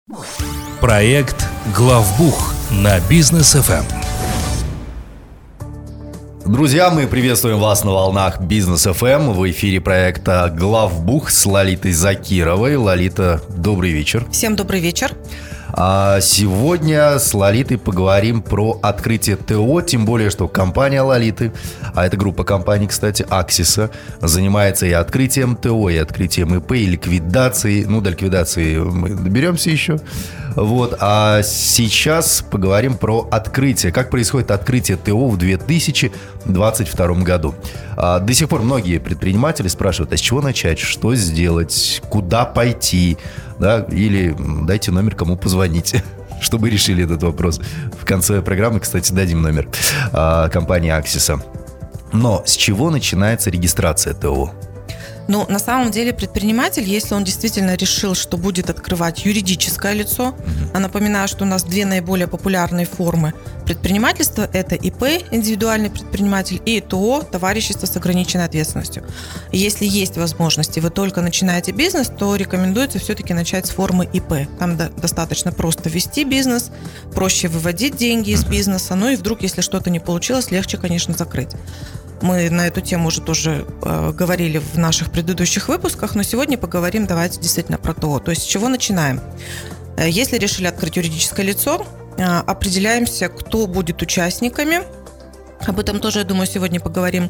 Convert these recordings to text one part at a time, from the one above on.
Проект «Главбух» на Бизнес ФМ. Друзья, мы приветствуем вас на волнах Бизнес ФМ. В эфире проекта «Главбух» с Лолитой Закировой. Лолита, добрый вечер. Всем добрый вечер. Сегодня с Лолитой поговорим про открытие ТО, тем более, что компания Лолиты, а это группа компаний, кстати, Аксиса, занимается и открытием ТО, и открытием ИП, и ликвидацией. До ликвидации мы доберемся еще. А сейчас поговорим про открытие. Как происходит открытие ТО в 2022 году. До сих пор многие предприниматели спрашивают, а с чего начать, что сделать, куда пойти, да, или дайте номер, кому позвонить, чтобы решили этот вопрос. В конце программы, кстати, дадим номер компании Аксиса. Но с чего начинается регистрация ТО? На самом деле предприниматель, если он действительно решил, что будет открывать юридическое лицо, а напоминаю, что у нас две наиболее популярные формы предпринимательства – это ИП, индивидуальный предприниматель, и ТО, товарищество с ограниченной ответственностью. Если есть возможности, вы только начинаете бизнес, то рекомендуется все-таки начать с формы ИП. Там достаточно просто вести бизнес, проще выводить деньги из бизнеса, и вдруг, если что-то не получилось, легче, конечно, закрыть. Мы на эту тему уже тоже говорили в наших предыдущих выпусках, но сегодня поговорим, давайте действительно про ТО. То есть с чего начинаем? Если решили открыть юридическое лицо, определяемся, кто будет участниками. Об этом тоже, я думаю, сегодня поговорим.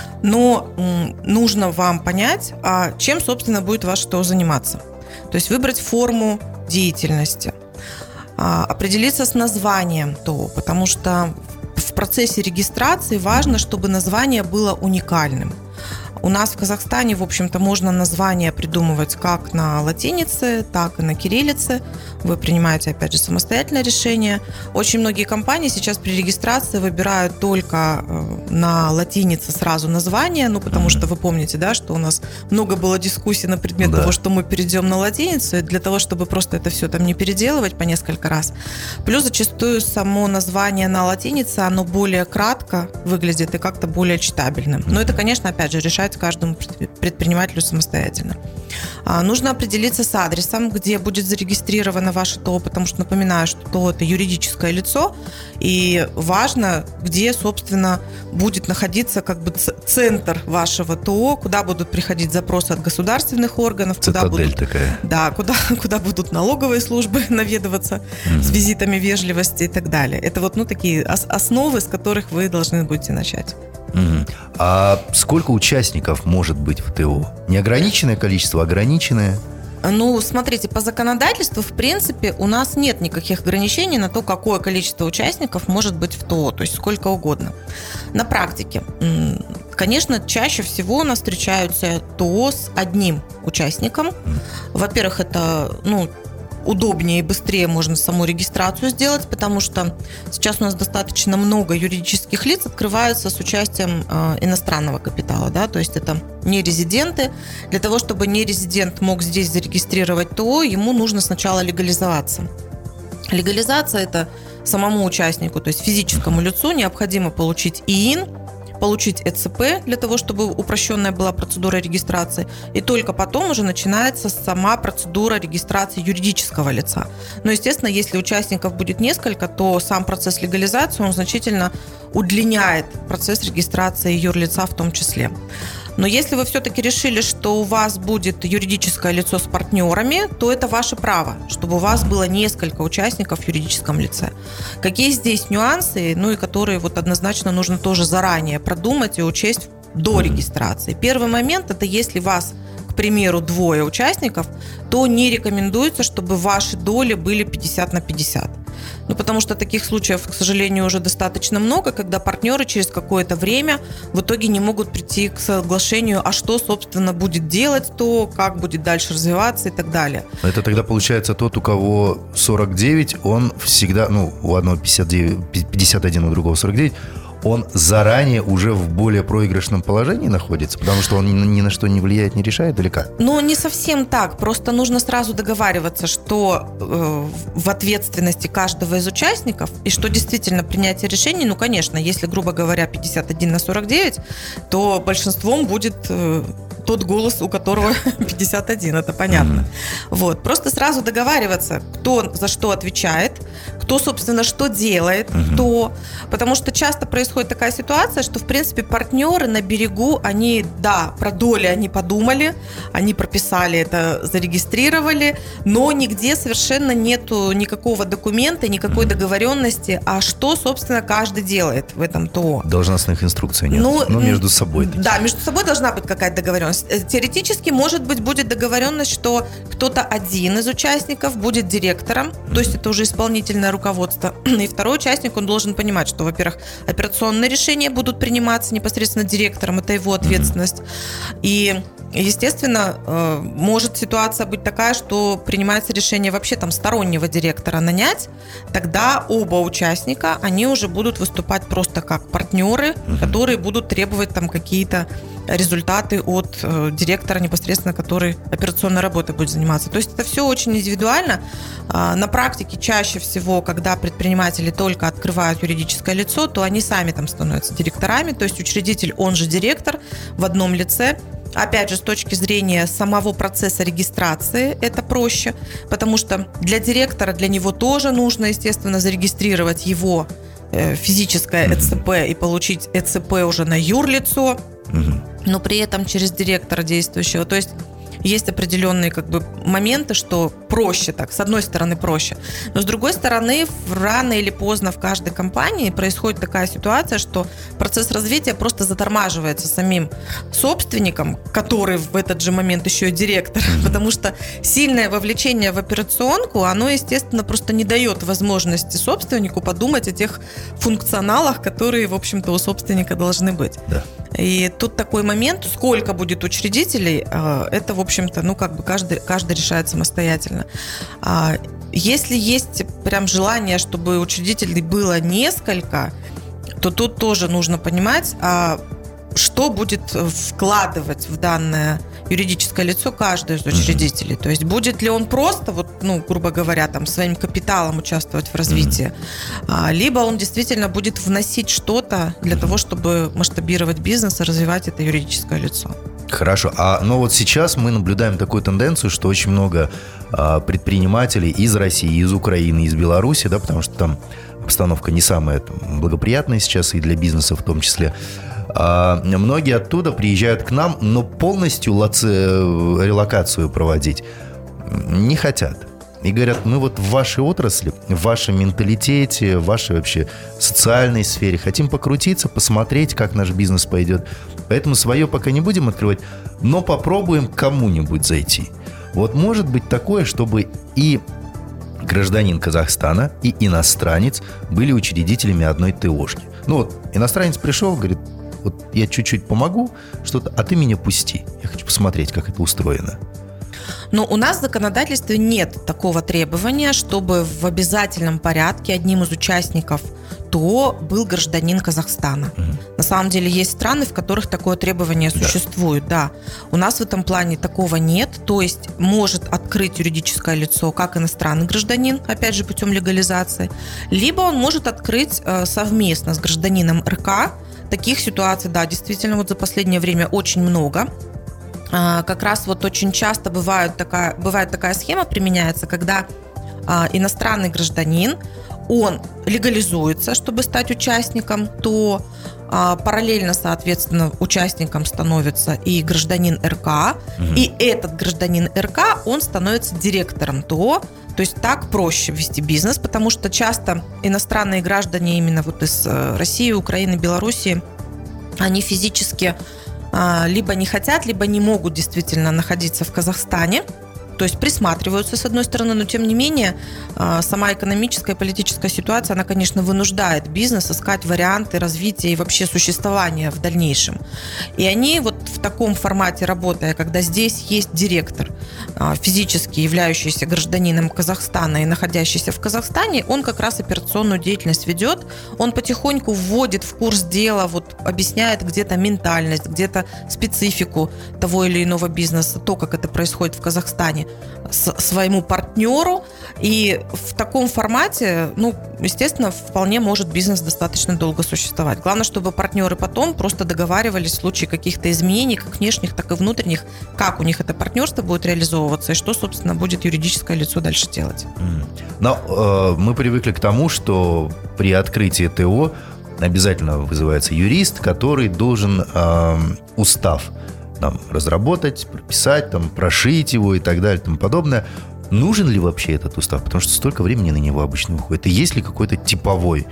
Но нужно вам понять, чем, собственно, будет ваше ТО заниматься. То есть выбрать форму деятельности, определиться с названием ТО, потому что в процессе регистрации важно, чтобы название было уникальным. У нас в Казахстане, в общем-то, можно название придумывать как на латинице, так и на кириллице. Вы принимаете, опять же, самостоятельное решение. Очень многие компании сейчас при регистрации выбирают только на латинице сразу название, потому что вы помните, да, что у нас много было дискуссий на предмет того, что мы перейдем на латиницу, и для того, чтобы просто это все там не переделывать по несколько раз. Плюс зачастую само название на латинице, оно более кратко выглядит и как-то более читабельным. Но это, конечно, опять же, решать каждому предпринимателю самостоятельно. Нужно определиться с адресом, где будет зарегистрировано ваше ТО, потому что, напоминаю, что ТО – это юридическое лицо, и важно, где, собственно, будет находиться центр вашего ТО, куда будут приходить запросы от государственных органов, Цитадель такая. Да, куда будут налоговые службы наведываться с визитами вежливости и так далее. Это такие основы, с которых вы должны будете начать. А сколько участников может быть в ТО? Неограниченное количество, ограниченное? Смотрите, по законодательству, в принципе, у нас нет никаких ограничений на то, какое количество участников может быть в ТО, то есть сколько угодно. На практике, конечно, чаще всего у нас встречаются ТО с одним участником. Во-первых, это, удобнее и быстрее можно саму регистрацию сделать, потому что сейчас у нас достаточно много юридических лиц открываются с участием иностранного капитала, да, то есть это не резиденты. Для того, чтобы нерезидент мог здесь зарегистрировать ТО, ему нужно сначала легализоваться. Легализация – это самому участнику, то есть физическому лицу необходимо получить ИИН, получить ЭЦП для того, чтобы упрощенная была процедура регистрации, и только потом уже начинается сама процедура регистрации юридического лица. Но, естественно, если участников будет несколько, то сам процесс легализации, он значительно удлиняет процесс регистрации юрлица в том числе. Но если вы все-таки решили, что у вас будет юридическое лицо с партнерами, то это ваше право, чтобы у вас было несколько участников в юридическом лице. Какие здесь нюансы, и которые однозначно нужно тоже заранее продумать и учесть до регистрации. Первый момент – это если вас, к примеру, 2 участников, то не рекомендуется, чтобы ваши доли были 50/50. Потому что таких случаев, к сожалению, уже достаточно много, когда партнеры через какое-то время в итоге не могут прийти к соглашению, а что, собственно, будет делать ТО, как будет дальше развиваться и так далее. Это тогда получается тот, у кого 49, он всегда, у одного 51, у другого 49, он заранее уже в более проигрышном положении находится, потому что он ни на что не влияет, не решает, или как? Не совсем так. Просто нужно сразу договариваться, что в ответственности каждого из участников, и что действительно принятие решений, конечно, если, грубо говоря, 51/49, то большинством будет тот голос, у которого 51, это понятно. Вот. Просто сразу договариваться, кто за что отвечает, кто, собственно, что делает, кто. Потому что часто происходит такая ситуация, что, в принципе, партнеры на берегу, они, да, про доли они подумали, они прописали это, зарегистрировали, но нигде совершенно нету никакого документа, никакой договоренности, а что, собственно, каждый делает в этом ТО. Должностных инструкций нет, но между собой. Да, между собой должна быть какая-то договоренность. Теоретически, может быть, будет договоренность, что кто-то один из участников будет директором, то есть это уже исполнительное руководство, и второй участник, он должен понимать, что, во-первых, операционные решения будут приниматься непосредственно директором, это его ответственность, и естественно, может ситуация быть такая, что принимается решение вообще там стороннего директора нанять, тогда оба участника, они уже будут выступать просто как партнеры, которые будут требовать там какие-то результаты от директора непосредственно, который операционной работой будет заниматься. То есть это все очень индивидуально. На практике чаще всего, когда предприниматели только открывают юридическое лицо, то они сами там становятся директорами, то есть учредитель, он же директор в одном лице. Опять же, с точки зрения самого процесса регистрации это проще, потому что для директора, для него тоже нужно, естественно, зарегистрировать его физическое ЭЦП и получить ЭЦП уже на юрлицо, но при этом через директора действующего. То есть есть определенные как бы моменты, что проще так, с одной стороны проще, но с другой стороны рано или поздно в каждой компании происходит такая ситуация, что процесс развития просто затормаживается самим собственником, который в этот же момент еще и директор, потому что сильное вовлечение в операционку, оно, естественно, просто не дает возможности собственнику подумать о тех функционалах, которые, в общем-то, у собственника должны быть. Да. И тут такой момент, сколько будет учредителей, это, в общем-то, ну, как бы каждый решает самостоятельно. Если есть прям желание, чтобы учредителей было несколько, то тут тоже нужно понимать, что будет вкладывать в данное юридическое лицо каждый из учредителей. То есть будет ли он просто, вот, ну, грубо говоря, там, своим капиталом участвовать в развитии, либо он действительно будет вносить что-то для того, чтобы масштабировать бизнес и развивать это юридическое лицо. Хорошо. Но вот сейчас мы наблюдаем такую тенденцию, что очень много предпринимателей из России, из Украины, из Беларуси, да, потому что там обстановка не самая благоприятная сейчас и для бизнеса в том числе. Многие оттуда приезжают к нам, но полностью релокацию проводить не хотят. И говорят, мы вот в вашей отрасли, в вашем менталитете, в вашей вообще социальной сфере хотим покрутиться, посмотреть, как наш бизнес пойдет. Поэтому свое пока не будем открывать, но попробуем к кому-нибудь зайти. Вот может быть такое, чтобы и гражданин Казахстана, и иностранец были учредителями одной ТОшки. Ну вот, иностранец пришел, говорит, вот я чуть-чуть помогу, что-то, а ты меня пусти. Я хочу посмотреть, как это устроено. Но у нас в законодательстве нет такого требования, чтобы в обязательном порядке одним из участников ТО был гражданин Казахстана. На самом деле есть страны, в которых такое требование существует. Да. У нас в этом плане такого нет. То есть может открыть юридическое лицо как иностранный гражданин, опять же путем легализации, либо он может открыть совместно с гражданином РК. Таких ситуаций, да, действительно, вот за последнее время очень много. Как раз вот очень часто бывает такая схема применяется, когда иностранный гражданин, он легализуется, чтобы стать участником, то параллельно, соответственно, участником становится и гражданин РК, и этот гражданин РК, он становится директором ТО. То есть так проще вести бизнес, потому что часто иностранные граждане именно вот из России, Украины, Белоруссии, они физически либо не хотят, либо не могут действительно находиться в Казахстане. То есть присматриваются, с одной стороны, но тем не менее сама экономическая и политическая ситуация, она, конечно, вынуждает бизнес искать варианты развития и вообще существования в дальнейшем. И они вот в таком формате работая, когда здесь есть директор, физически являющийся гражданином Казахстана и находящийся в Казахстане, он как раз операционную деятельность ведет, он потихоньку вводит в курс дела, вот объясняет где-то ментальность, где-то специфику того или иного бизнеса, то, как это происходит в Казахстане, своему партнеру, и в таком формате, ну, естественно, вполне может бизнес достаточно долго существовать. Главное, чтобы партнеры потом просто договаривались в случае каких-то изменений, изменений, как внешних, так и внутренних, как у них это партнерство будет реализовываться и что, собственно, будет юридическое лицо дальше делать. Но мы привыкли к тому, что при открытии ТО обязательно вызывается юрист, который должен устав разработать, прописать, прошить его и так далее и тому подобное. Нужен ли вообще этот устав? Потому что столько времени на него обычно уходит. И есть ли какой-то типовой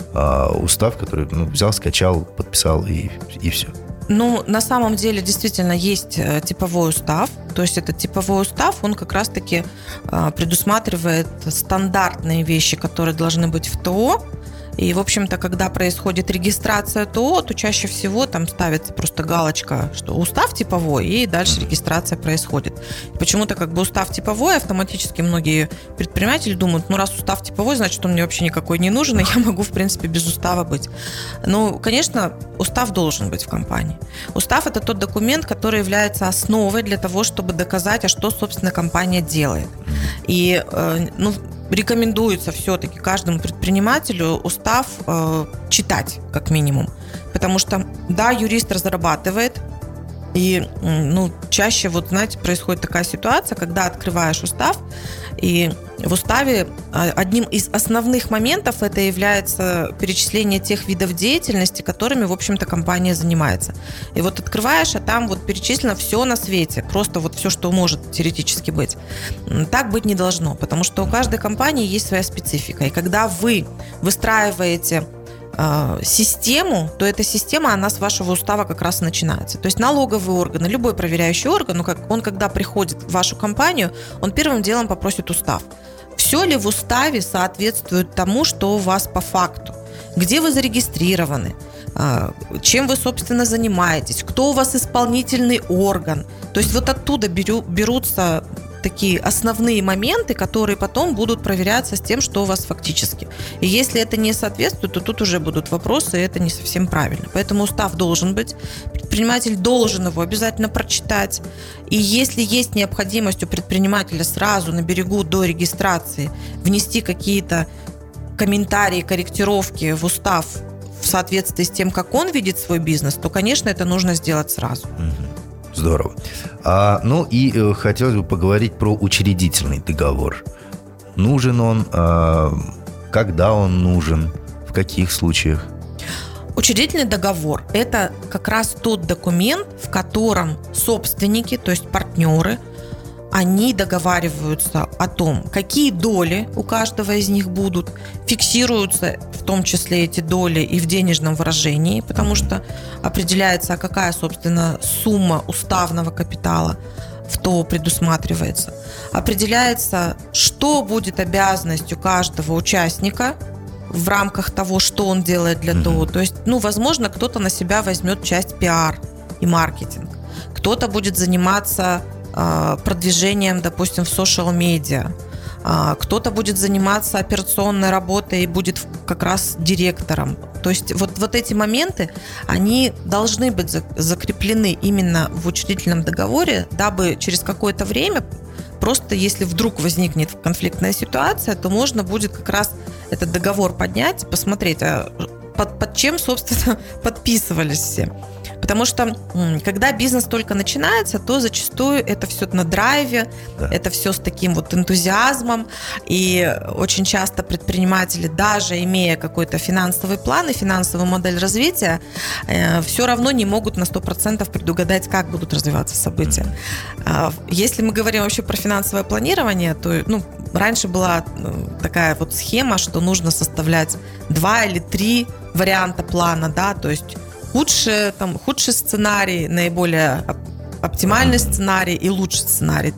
устав, который взял, скачал, подписал и все? На самом деле действительно есть типовой устав. То есть этот типовой устав, он как раз-таки предусматривает стандартные вещи, которые должны быть в ТО. И, в общем-то, когда происходит регистрация ТО, то чаще всего там ставится просто галочка, что устав типовой, и дальше регистрация происходит. И почему-то устав типовой, автоматически многие предприниматели думают, раз устав типовой, значит, он мне вообще никакой не нужен, и я могу, в принципе, без устава быть. Конечно, устав должен быть в компании. Устав – это тот документ, который является основой для того, чтобы доказать, а что, собственно, компания делает. И, рекомендуется все-таки каждому предпринимателю устав читать, как минимум. Потому что, да, юрист разрабатывает, и чаще, происходит такая ситуация, когда открываешь устав, и в уставе одним из основных моментов это является перечисление тех видов деятельности, которыми, в общем-то, компания занимается. И открываешь, а там перечислено все на свете, просто все, что может теоретически быть. Так быть не должно, потому что у каждой компании есть своя специфика. И когда вы выстраиваете систему, то эта система, она с вашего устава как раз и начинается. То есть налоговый орган, любой проверяющий орган, он когда приходит в вашу компанию, он первым делом попросит устав. Все ли в уставе соответствует тому, что у вас по факту? Где вы зарегистрированы? Чем вы, собственно, занимаетесь? Кто у вас исполнительный орган? То есть оттуда берутся такие основные моменты, которые потом будут проверяться с тем, что у вас фактически. И если это не соответствует, то тут уже будут вопросы, и это не совсем правильно. Поэтому устав должен быть, предприниматель должен его обязательно прочитать. И если есть необходимость у предпринимателя сразу на берегу до регистрации внести какие-то комментарии, корректировки в устав в соответствии с тем, как он видит свой бизнес, то, конечно, это нужно сделать сразу. Здорово. И хотелось бы поговорить про учредительный договор. Нужен он, когда он нужен, в каких случаях? Учредительный договор – это как раз тот документ, в котором собственники, то есть партнеры, они договариваются о том, какие доли у каждого из них будут, фиксируются в том числе эти доли и в денежном выражении, потому что определяется, какая, собственно, сумма уставного капитала в ТО предусматривается. Определяется, что будет обязанностью каждого участника в рамках того, что он делает для ТО. То есть, возможно, кто-то на себя возьмет часть пиар и маркетинг, кто-то будет заниматься продвижением, допустим, в social-медиа. Кто-то будет заниматься операционной работой и будет как раз директором. То есть вот эти моменты, они должны быть закреплены именно в учредительном договоре, дабы через какое-то время, просто если вдруг возникнет конфликтная ситуация, то можно будет как раз этот договор поднять, посмотреть, под чем, собственно, подписывались все. Потому что, когда бизнес только начинается, то зачастую это все на драйве, это все с таким энтузиазмом. И очень часто предприниматели, даже имея какой-то финансовый план и финансовую модель развития, все равно не могут на 100% предугадать, как будут развиваться события. Если мы говорим вообще про финансовое планирование, то раньше была такая схема, что нужно составлять 2 или 3 варианта плана, то есть худший сценарий, наиболее оптимальный сценарий и лучший сценарий,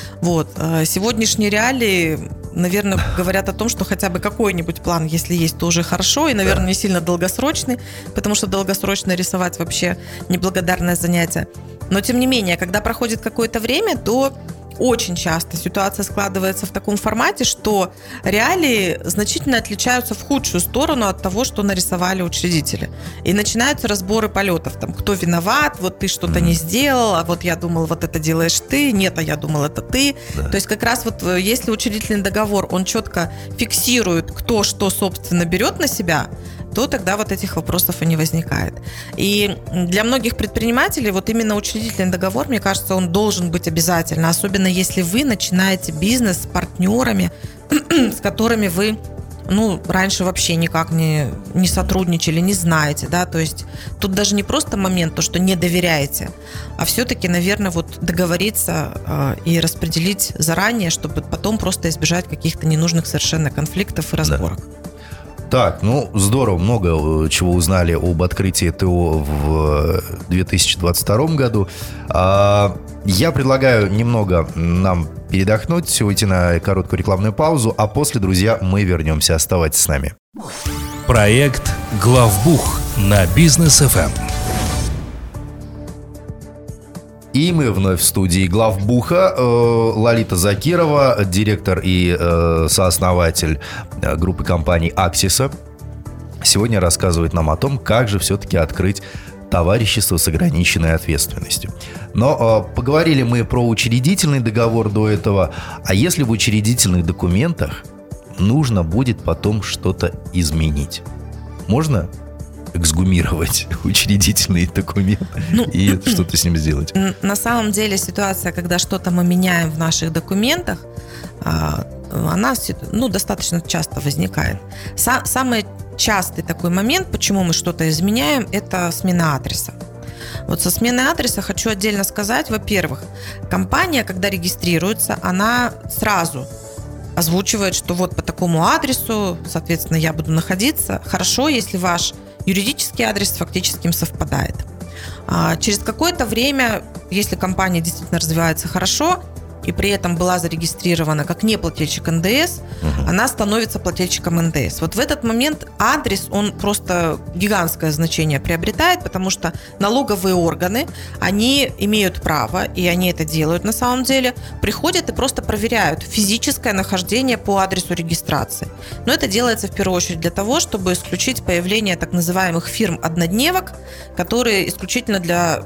Сегодняшние реалии, наверное, говорят о том, что хотя бы какой-нибудь план, если есть, то уже хорошо, и, наверное, не сильно долгосрочный, потому что долгосрочно рисовать вообще неблагодарное занятие. Но, тем не менее, когда проходит какое-то время, то очень часто ситуация складывается в таком формате, что реалии значительно отличаются в худшую сторону от того, что нарисовали учредители. И начинаются разборы полетов. Кто виноват, ты что-то не сделал, а я думал, это делаешь ты, нет, а я думал, это ты. Да. То есть как раз если учредительный договор, он четко фиксирует, кто что, собственно, берет на себя, то тогда вот этих вопросов и не возникает. И для многих предпринимателей вот именно учредительный договор, мне кажется, он должен быть обязательно, особенно если вы начинаете бизнес с партнерами, с которыми вы раньше вообще никак не сотрудничали, не знаете, да, то есть тут даже не просто момент, то, что не доверяете, а все-таки, наверное, вот договориться и распределить заранее, чтобы потом просто избежать каких-то ненужных совершенно конфликтов и разборок. Так, здорово, много чего узнали об открытии ТО в 2022 году. Я предлагаю немного нам передохнуть, уйти на короткую рекламную паузу, а после, друзья, мы вернемся. Оставайтесь с нами. Проект «Главбух» на Бизнес FM. И мы вновь в студии Главбуха. Лолита Закирова, директор и сооснователь группы компаний «Аксиса», сегодня рассказывает нам о том, как же все-таки открыть товарищество с ограниченной ответственностью. Но поговорили мы про учредительный договор до этого. А если в учредительных документах нужно будет потом что-то изменить? Можно эксгумировать учредительный документ и что-то с ним сделать? На самом деле ситуация, когда что-то мы меняем в наших документах, она достаточно часто возникает. Самый частый такой момент, почему мы что-то изменяем, это смена адреса. Вот со сменой адреса хочу отдельно сказать, во-первых, компания, когда регистрируется, она сразу озвучивает, что вот по такому адресу, соответственно, я буду находиться. Хорошо, если ваш юридический адрес фактически совпадает. Через какое-то время, если компания действительно развивается хорошо, и при этом была зарегистрирована как неплательщик НДС, она становится плательщиком НДС. Вот в этот момент адрес, он просто гигантское значение приобретает, потому что налоговые органы, они имеют право, и они это делают на самом деле, приходят и просто проверяют физическое нахождение по адресу регистрации. Но это делается в первую очередь для того, чтобы исключить появление так называемых фирм-однодневок, которые исключительно для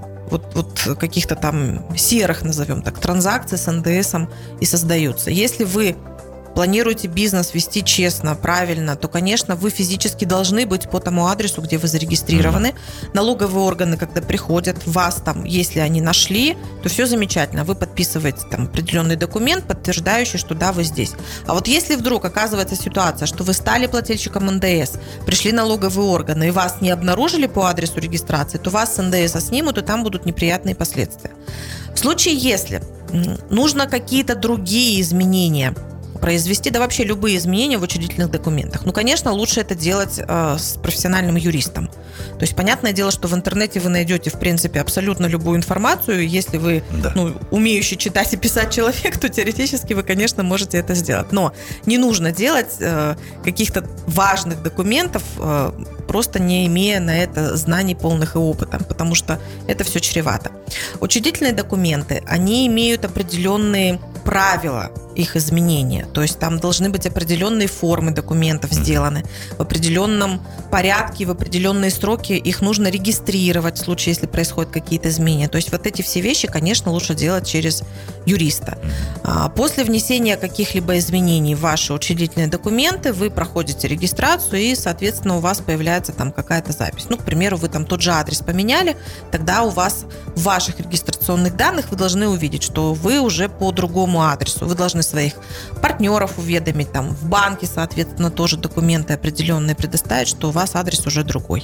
вот каких-то там серых, назовем так, транзакций с НДСом и создаются. Если вы планируете бизнес вести честно, правильно, то, конечно, вы физически должны быть по тому адресу, где вы зарегистрированы. Налоговые органы, когда приходят, вас там, если они нашли, то все замечательно. Вы подписываете там определенный документ, подтверждающий, что да, вы здесь. А вот если вдруг оказывается ситуация, что вы стали плательщиком НДС, пришли налоговые органы и вас не обнаружили по адресу регистрации, то вас с НДС снимут, и там будут неприятные последствия. В случае, если нужно какие-то другие изменения произвести, да вообще любые изменения в учредительных документах. Конечно, лучше это делать с профессиональным юристом. То есть, понятное дело, что в интернете вы найдете, в принципе, абсолютно любую информацию. Если вы умеющий читать и писать человек, то теоретически вы, конечно, можете это сделать. Но не нужно делать каких-то важных документов, просто не имея на это знаний полных и опыта, потому что это все чревато. Учредительные документы, они имеют определенные правила их изменения. То есть там должны быть определенные формы документов сделаны, в определенном порядке, в определенные сроки их нужно регистрировать в случае, если происходят какие-то изменения. То есть вот эти все вещи, конечно, лучше делать через юриста. После внесения каких-либо изменений в ваши учредительные документы вы проходите регистрацию, и, соответственно, у вас появляется там какая-то запись. К примеру, вы там тот же адрес поменяли, тогда у вас в ваших регистрационных данных вы должны увидеть, что вы уже по другому адресу. Вы должны своих партнеров уведомить, там, в банке, соответственно, тоже документы определенные предоставить, что у вас адрес уже другой.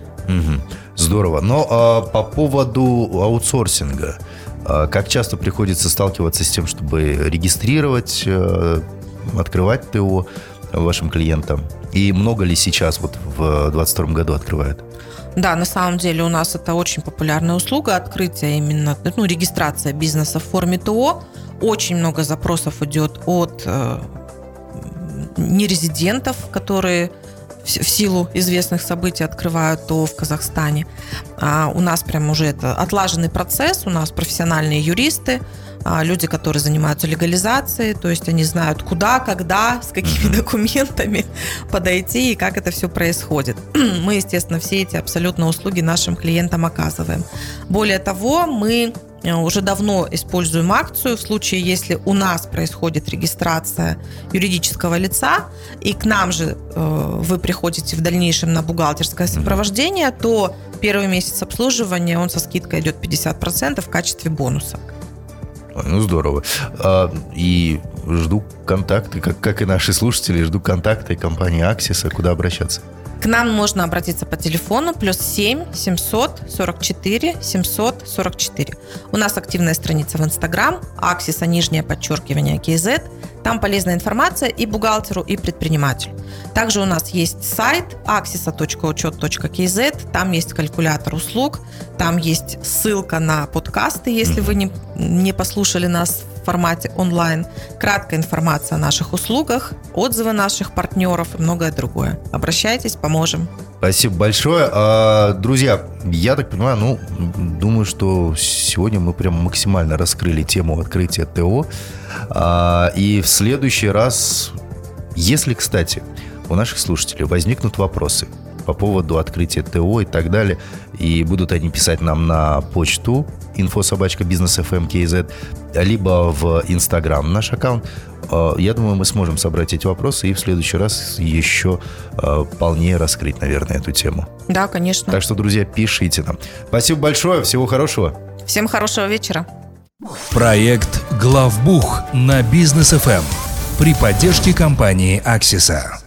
Здорово. Но по поводу аутсорсинга, как часто приходится сталкиваться с тем, чтобы регистрировать, открывать ТО вашим клиентам? И много ли сейчас вот в 2022 году открывают? Да, на самом деле у нас это очень популярная услуга, открытие именно, регистрация бизнеса в форме ТО. Очень много запросов идет от нерезидентов, которые в силу известных событий открывают ТО в Казахстане. У нас прям уже это отлаженный процесс, у нас профессиональные юристы, люди, которые занимаются легализацией, то есть они знают, куда, когда, с какими документами подойти и как это все происходит. Мы, естественно, все эти абсолютно услуги нашим клиентам оказываем. Более того, мы уже давно используем акцию в случае, если у нас происходит регистрация юридического лица, и к нам же вы приходите в дальнейшем на бухгалтерское сопровождение, то первый месяц обслуживания, он со скидкой идет 50% в качестве бонуса. Ну, здорово. И жду контакты, как и наши слушатели, жду контакты компании Аксиса. Куда обращаться? К нам можно обратиться по телефону +7 744 744. У нас активная страница в Инстаграм, Аксиса, _KZ. Там полезная информация и бухгалтеру, и предпринимателю. Также у нас есть сайт axisa.учет.kz. Там есть калькулятор услуг, там есть ссылка на подкасты, если вы не послушали нас в формате онлайн, краткая информация о наших услугах, отзывы наших партнеров и многое другое. Обращайтесь, поможем. Спасибо большое. Друзья, я так понимаю, думаю, что сегодня мы прям максимально раскрыли тему открытия ТО. И в следующий раз, если, кстати, у наших слушателей возникнут вопросы по поводу открытия ТО и так далее, и будут они писать нам на почту info@business.fm.kz, либо в Инстаграм наш аккаунт, я думаю, мы сможем собрать эти вопросы и в следующий раз еще полнее раскрыть, наверное, эту тему. Да, конечно. Так что, друзья, пишите нам. Спасибо большое, всего хорошего. Всем хорошего вечера. Проект «Главбух» на Бизнес ФМ при поддержке компании Аксиса.